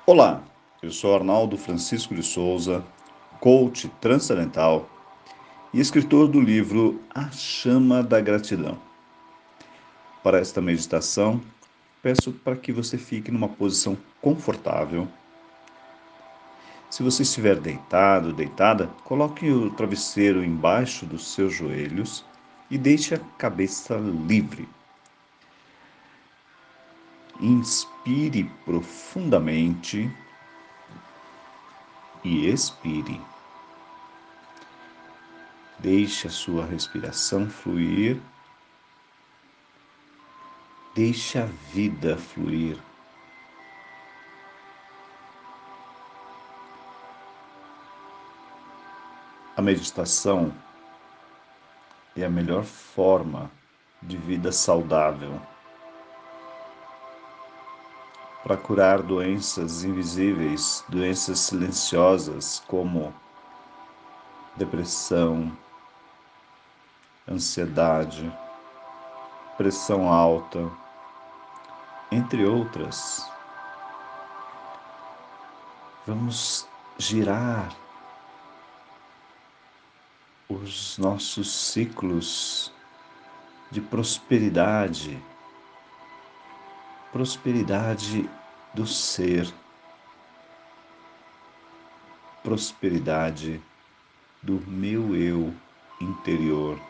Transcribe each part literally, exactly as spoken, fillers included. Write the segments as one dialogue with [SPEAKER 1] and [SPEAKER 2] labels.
[SPEAKER 1] Olá, eu sou Arnaldo Francisco de Souza, coach transcendental e escritor do livro A Chama da Gratidão. Para esta meditação, peço para que você fique numa posição confortável. Se você estiver deitado, deitada, coloque o travesseiro embaixo dos seus joelhos e deixe a cabeça livre. Inspire profundamente e expire. Deixe a sua respiração fluir. Deixe a vida fluir. A meditação é a melhor forma de vida saudável para curar doenças invisíveis, doenças silenciosas como depressão, ansiedade, pressão alta, entre outras. Vamos girar os nossos ciclos de prosperidade, prosperidade do ser, prosperidade do meu eu interior,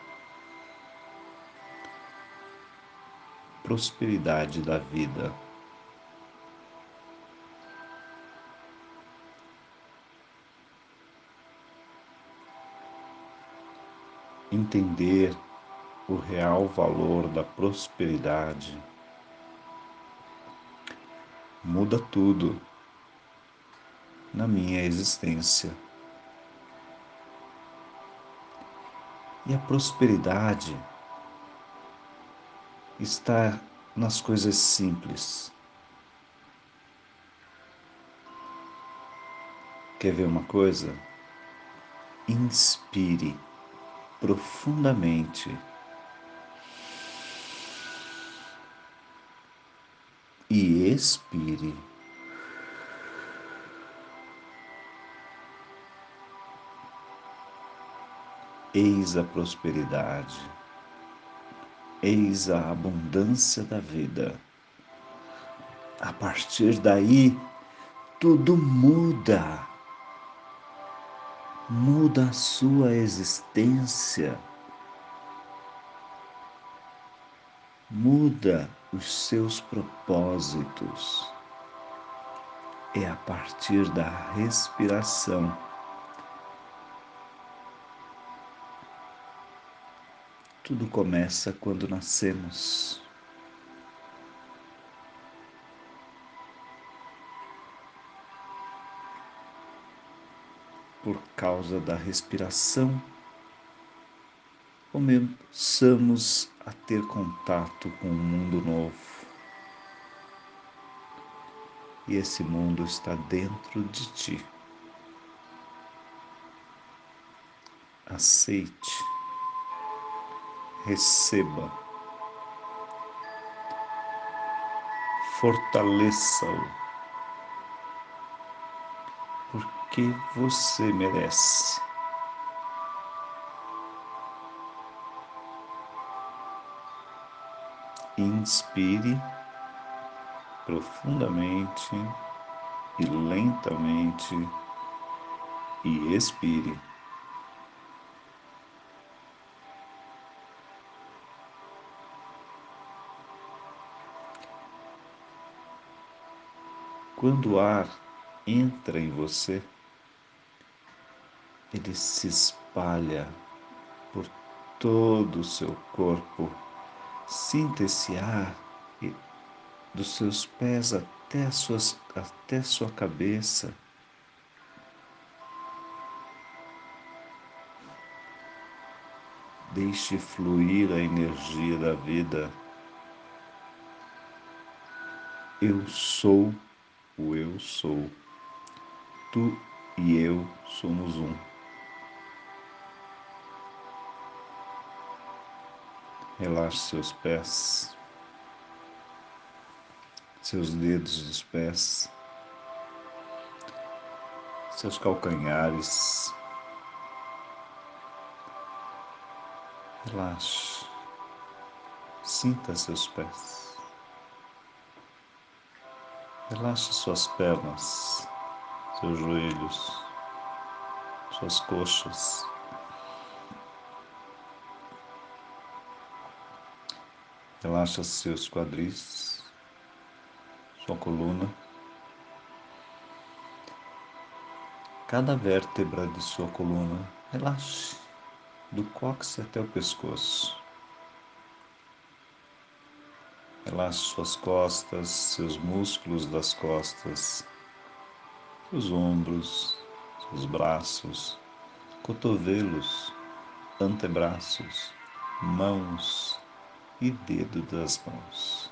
[SPEAKER 1] prosperidade da vida. Entender o real valor da prosperidade muda tudo na minha existência. E a prosperidade está nas coisas simples. Quer ver uma coisa? Inspire profundamente e expire. Eis a prosperidade, eis a abundância da vida. A partir daí, tudo muda. Muda a sua existência. Muda os seus propósitos. É a partir da respiração. Tudo começa quando nascemos. Por causa da respiração, começamos a ter contato com um mundo novo. E esse mundo está dentro de ti. Aceite, receba, fortaleça-o, porque você merece. Inspire profundamente e lentamente e expire. Quando o ar entra em você, ele se espalha por todo o seu corpo. Sinta esse ar dos seus pés até, as suas, até sua cabeça. Deixe fluir a energia da vida. Eu sou o eu sou. Tu e eu somos um. Relaxe seus pés, seus dedos dos pés. seus calcanhares. Relaxe. Sinta seus pés. Relaxe suas pernas, seus joelhos, suas coxas. Relaxa seus quadris, sua coluna, cada vértebra de sua coluna. Relaxe, do cóccix até o pescoço. Relaxe suas costas, seus músculos das costas, seus ombros, seus braços, cotovelos, antebraços, mãos e dedo das mãos.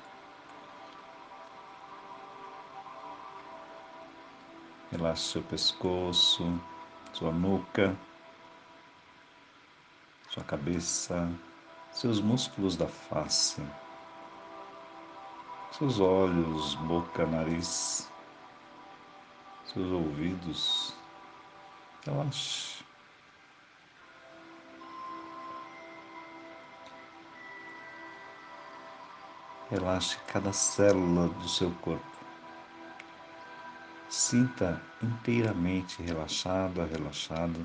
[SPEAKER 1] Relaxe seu pescoço, sua nuca, sua cabeça, seus músculos da face, seus olhos, boca, nariz, seus ouvidos. Relaxe. Relaxe cada célula do seu corpo. Sinta inteiramente relaxado, relaxado.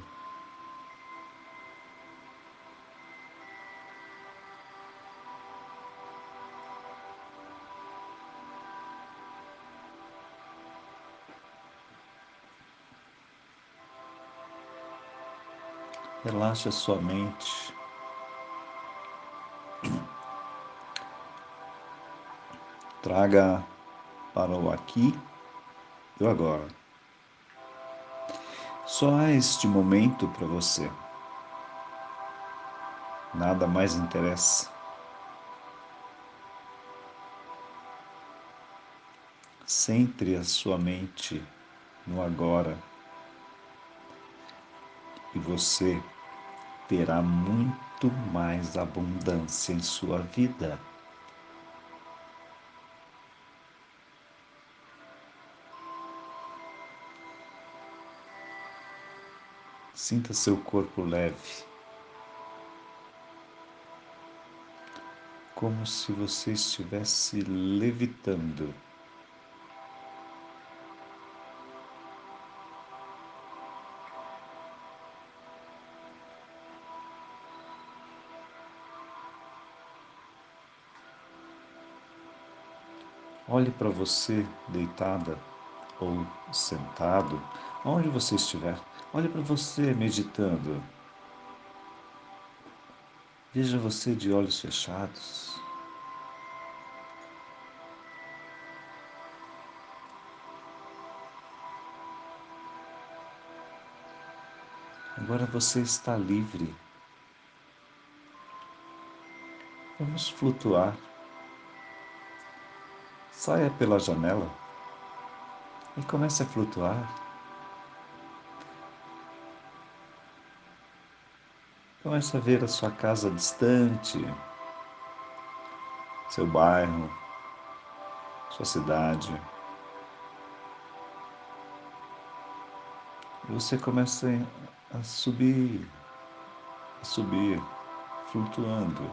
[SPEAKER 1] Relaxe a sua mente. Traga para o aqui e o agora. Só há este momento para você. Nada mais interessa. Centre a sua mente no agora e você terá muito mais abundância em sua vida. Sinta seu corpo leve, como se você estivesse levitando. Olhe para você deitada ou sentado, onde você estiver. Olhe para você meditando. Veja você de olhos fechados. Agora você está livre. Vamos flutuar. Saia pela janela e comece a flutuar. Comece a ver a sua casa distante, seu bairro, sua cidade. E você começa a subir, a subir, flutuando.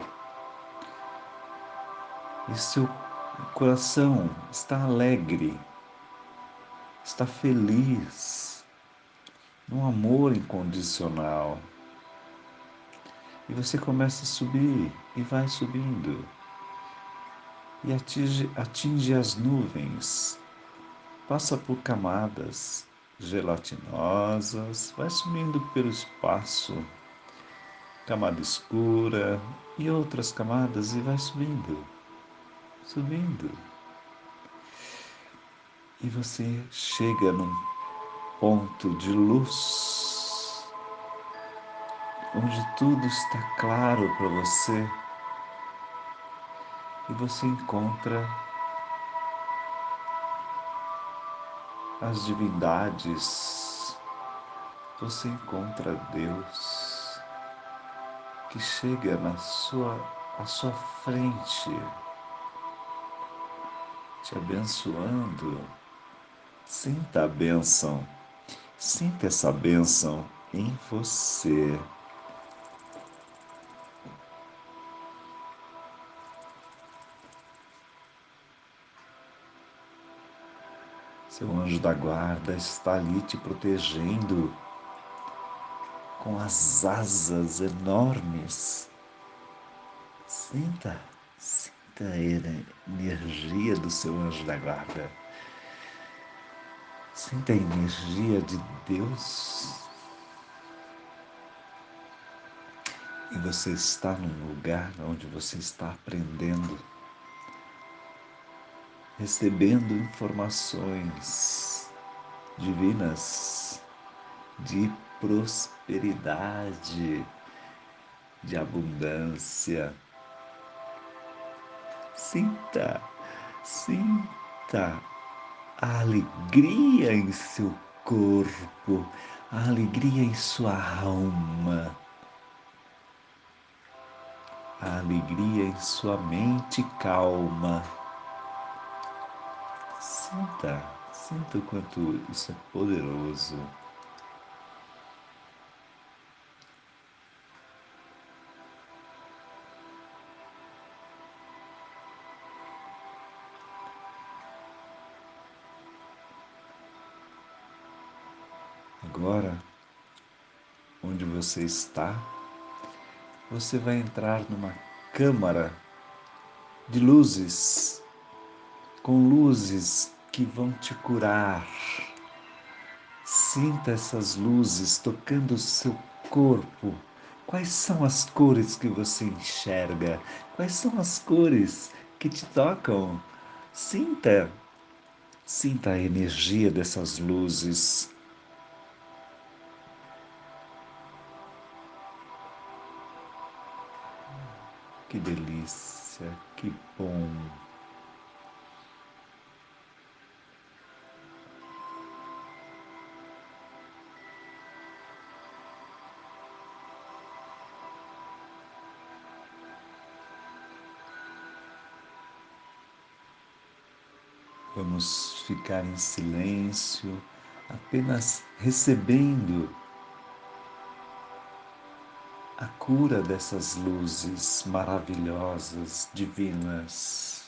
[SPEAKER 1] E seu coração está alegre, está feliz, num amor incondicional. E você começa a subir e vai subindo. E atinge, atinge as nuvens, passa por camadas gelatinosas, vai subindo pelo espaço, camada escura e outras camadas, e vai subindo, subindo. E você chega num ponto de luz, onde tudo está claro para você, e você encontra as divindades, você encontra Deus, que chega na sua, à sua frente, te abençoando. Sinta a bênção, Sinta essa bênção em você. Seu anjo da guarda está ali te protegendo com as asas enormes. Sinta, sinta a energia do seu anjo da guarda. Sinta a energia de Deus. E você está num lugar onde você está aprendendo, recebendo informações divinas de prosperidade, de abundância. Sinta, sinta a alegria em seu corpo, a alegria em sua alma, a alegria em sua mente calma. Sinta, sinta o quanto isso é poderoso. Agora, onde você está, você vai entrar numa câmara de luzes, com luzes que vão te curar. Sinta essas luzes tocando o seu corpo. Quais são as cores que você enxerga? Quais são as cores que te tocam? Sinta, sinta a energia dessas luzes. Que delícia, que bom. Vamos ficar em silêncio, apenas recebendo a cura dessas luzes maravilhosas, divinas.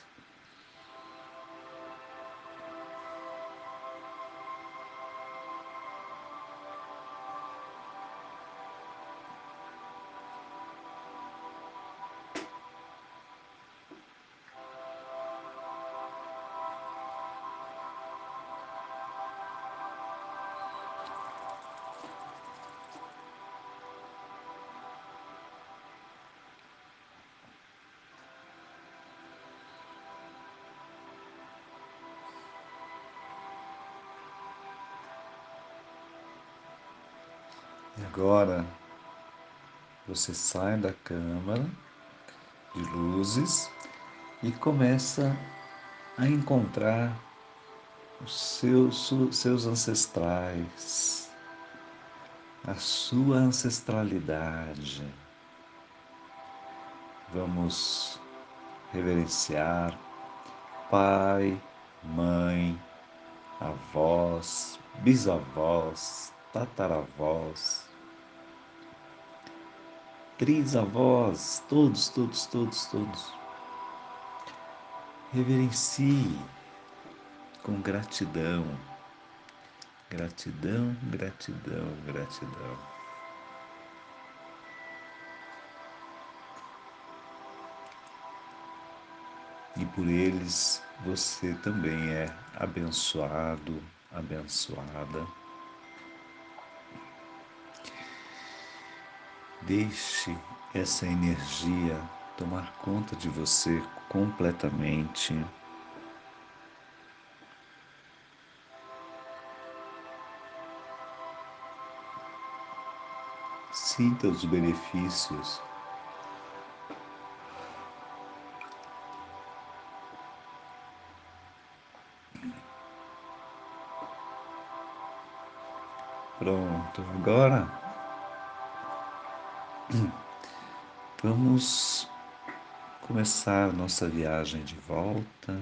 [SPEAKER 1] E agora você sai da câmara de luzes e começa a encontrar os seus, seus ancestrais, a sua ancestralidade. Vamos reverenciar pai, mãe, avós, bisavós, tataravós, trisavós, todos, todos, todos, todos. Reverencie com gratidão, gratidão, gratidão, gratidão. E por eles você também é abençoado, abençoada. Deixe essa energia tomar conta de você completamente. Sinta os benefícios. Pronto, agora vamos começar nossa viagem de volta.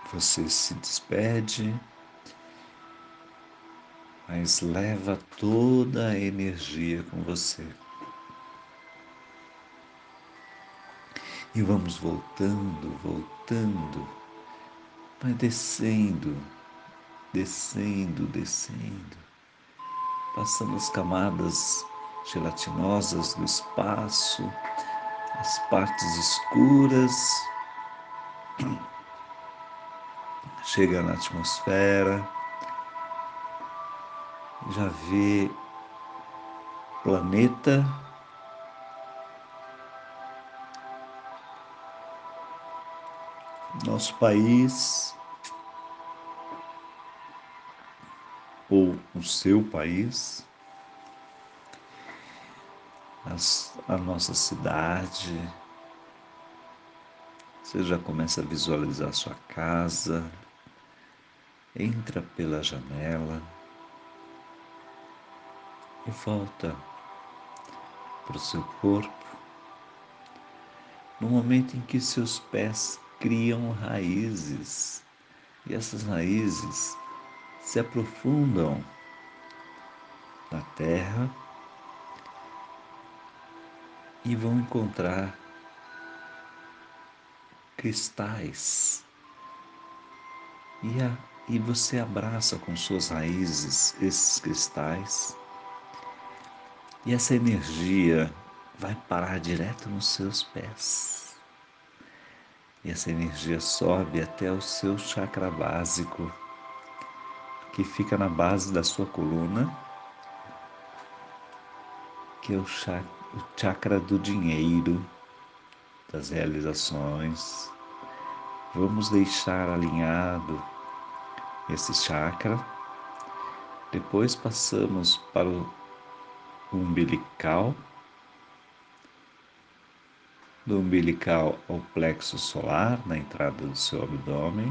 [SPEAKER 1] Você se despede, mas leva toda a energia com você. E vamos voltando, voltando, vai descendo, descendo, descendo, passando as camadas gelatinosas do espaço, as partes escuras, chega na atmosfera, já vê planeta, nosso país, ou o seu país, as, a nossa cidade. Você já começa a visualizar sua casa, entra pela janela e volta para o seu corpo, no momento em que seus pés criam raízes e essas raízes se aprofundam na terra e vão encontrar cristais e, a, e você abraça com suas raízes esses cristais e essa energia vai parar direto nos seus pés. E essa energia sobe até o seu chakra básico, que fica na base da sua coluna, que é o chakra, o chakra do dinheiro, das realizações. Vamos deixar alinhado esse chakra. Depois passamos para o umbilical, do umbilical ao plexo solar, na entrada do seu abdômen.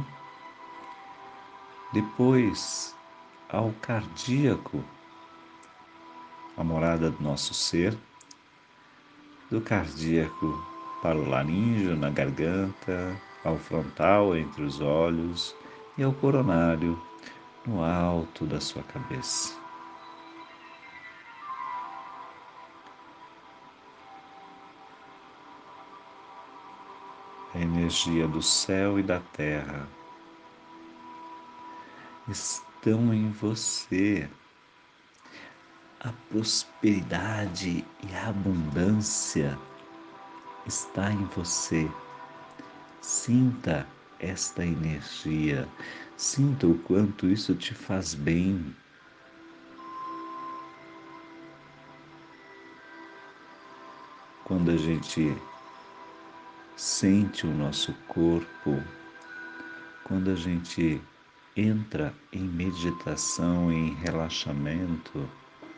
[SPEAKER 1] Depois ao cardíaco, a morada do nosso ser. Do cardíaco para o laríngeo, na garganta, ao frontal, entre os olhos, e ao coronário, no alto da sua cabeça. A energia do céu e da terra estão em você. A prosperidade e a abundância está em você. Sinta esta energia, sinta o quanto isso te faz bem. Quando a gente sente o nosso corpo, quando a gente entra em meditação, em relaxamento,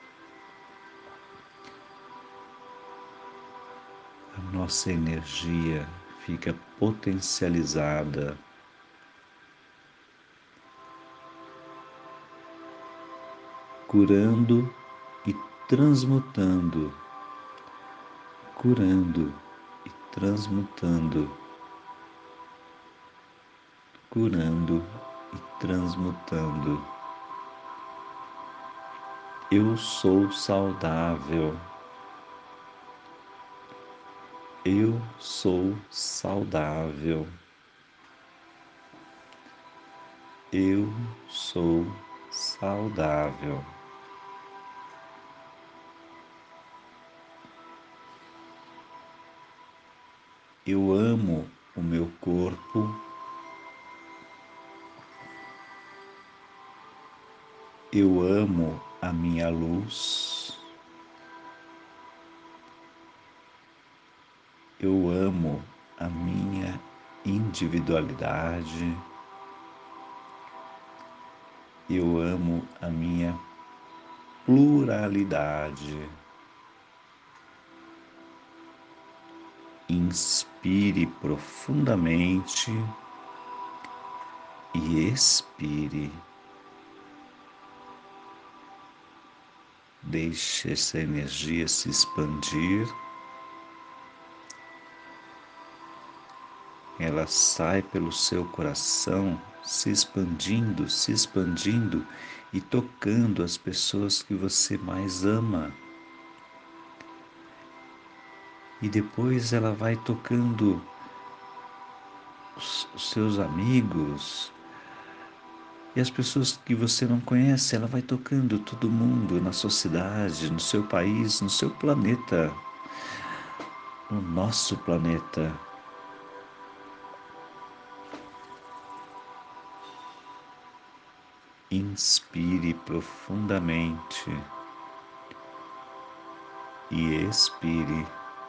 [SPEAKER 1] a nossa energia fica potencializada. Curando e transmutando, curando e transmutando, curando e transmutando. Eu sou saudável. Eu sou saudável. Eu sou saudável. Eu amo o meu corpo. Eu amo a minha luz. Eu amo a minha individualidade. Eu amo a minha pluralidade. Inspire profundamente e expire. Deixe essa energia se expandir. Ela sai pelo seu coração se expandindo, se expandindo e tocando as pessoas que você mais ama. E depois ela vai tocando os, os seus amigos e as pessoas que você não conhece, ela vai tocando todo mundo na sua cidade, no seu país, no seu planeta, no nosso planeta. Inspire profundamente e expire.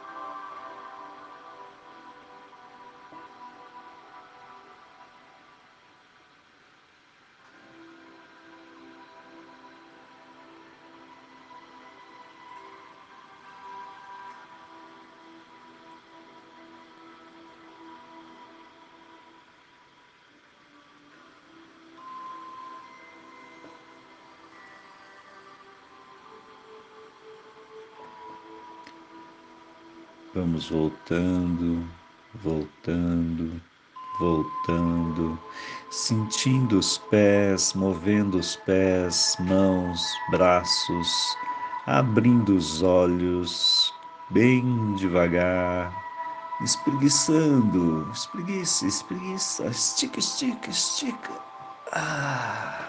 [SPEAKER 1] Vamos voltando, voltando, voltando, sentindo os pés, movendo os pés, mãos, braços, abrindo os olhos bem devagar, espreguiçando, espreguiça, espreguiça, estica, estica, estica. Ah.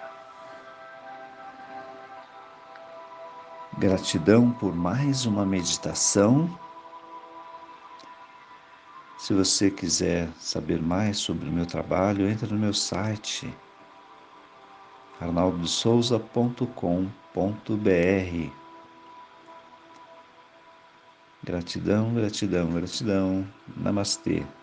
[SPEAKER 1] Gratidão por mais uma meditação. Se você quiser saber mais sobre o meu trabalho, entre no meu site arnaldo souza ponto com ponto br. Gratidão, gratidão, gratidão. Namastê.